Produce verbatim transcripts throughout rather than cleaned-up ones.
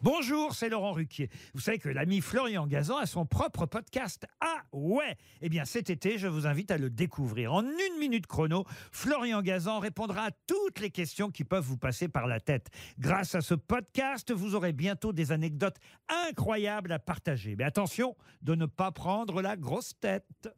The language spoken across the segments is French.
Bonjour, c'est Laurent Ruquier. Vous savez que l'ami Florian Gazan a son propre podcast. Ah ouais. Eh bien cet été, je vous invite à le découvrir. En une minute chrono, Florian Gazan répondra à toutes les questions qui peuvent vous passer par la tête. Grâce à ce podcast, vous aurez bientôt des anecdotes incroyables à partager. Mais attention de ne pas prendre la grosse tête.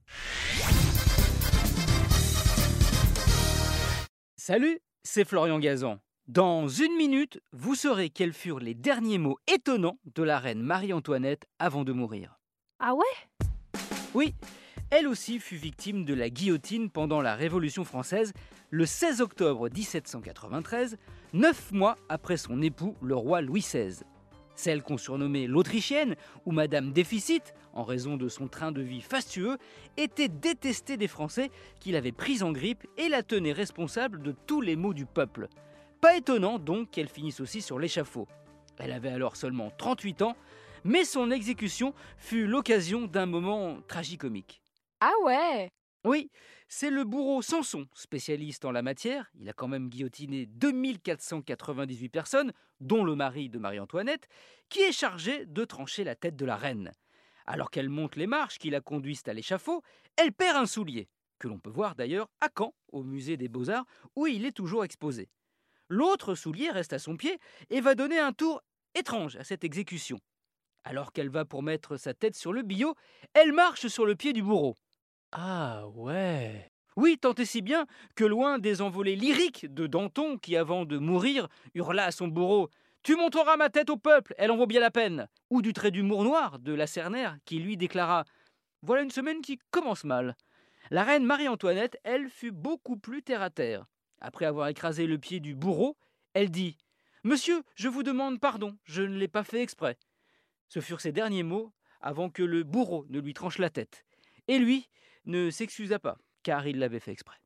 Salut, c'est Florian Gazan. Dans une minute, vous saurez quels furent les derniers mots étonnants de la reine Marie-Antoinette avant de mourir. Ah ouais? Oui, elle aussi fut victime de la guillotine pendant la Révolution française le seize octobre mille sept cent quatre-vingt-treize, neuf mois après son époux, le roi Louis seize. Celle qu'on surnommait l'Autrichienne, ou Madame Déficit, en raison de son train de vie fastueux, était détestée des Français qui l'avaient prise en grippe et la tenaient responsable de tous les maux du peuple. Pas étonnant donc qu'elle finisse aussi sur l'échafaud. Elle avait alors seulement trente-huit ans, mais son exécution fut l'occasion d'un moment tragicomique. Ah ouais? Oui, c'est le bourreau Samson, spécialiste en la matière. Il a quand même guillotiné deux mille quatre cent quatre-vingt-dix-huit personnes, dont le mari de Marie-Antoinette, qui est chargé de trancher la tête de la reine. Alors qu'elle monte les marches qui la conduisent à l'échafaud, elle perd un soulier, que l'on peut voir d'ailleurs à Caen, au musée des Beaux-Arts, où il est toujours exposé. L'autre soulier reste à son pied et va donner un tour étrange à cette exécution. Alors qu'elle va pour mettre sa tête sur le billot, elle marche sur le pied du bourreau. Ah ouais. Oui, tant et si bien que loin des envolées lyriques de Danton qui, avant de mourir, hurla à son bourreau « Tu montreras ma tête au peuple, elle en vaut bien la peine !» ou du trait d'humour noir de Lacernaire qui lui déclara « Voilà une semaine qui commence mal !» La reine Marie-Antoinette, elle, fut beaucoup plus terre-à-terre. Après avoir écrasé le pied du bourreau, elle dit « Monsieur, je vous demande pardon, je ne l'ai pas fait exprès. » Ce furent ses derniers mots avant que le bourreau ne lui tranche la tête. Et lui ne s'excusa pas, car il l'avait fait exprès.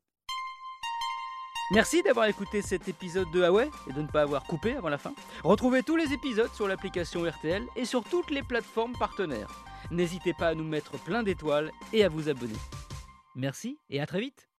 Merci d'avoir écouté cet épisode de Ah ouais et de ne pas avoir coupé avant la fin. Retrouvez tous les épisodes sur l'application R T L et sur toutes les plateformes partenaires. N'hésitez pas à nous mettre plein d'étoiles et à vous abonner. Merci et à très vite.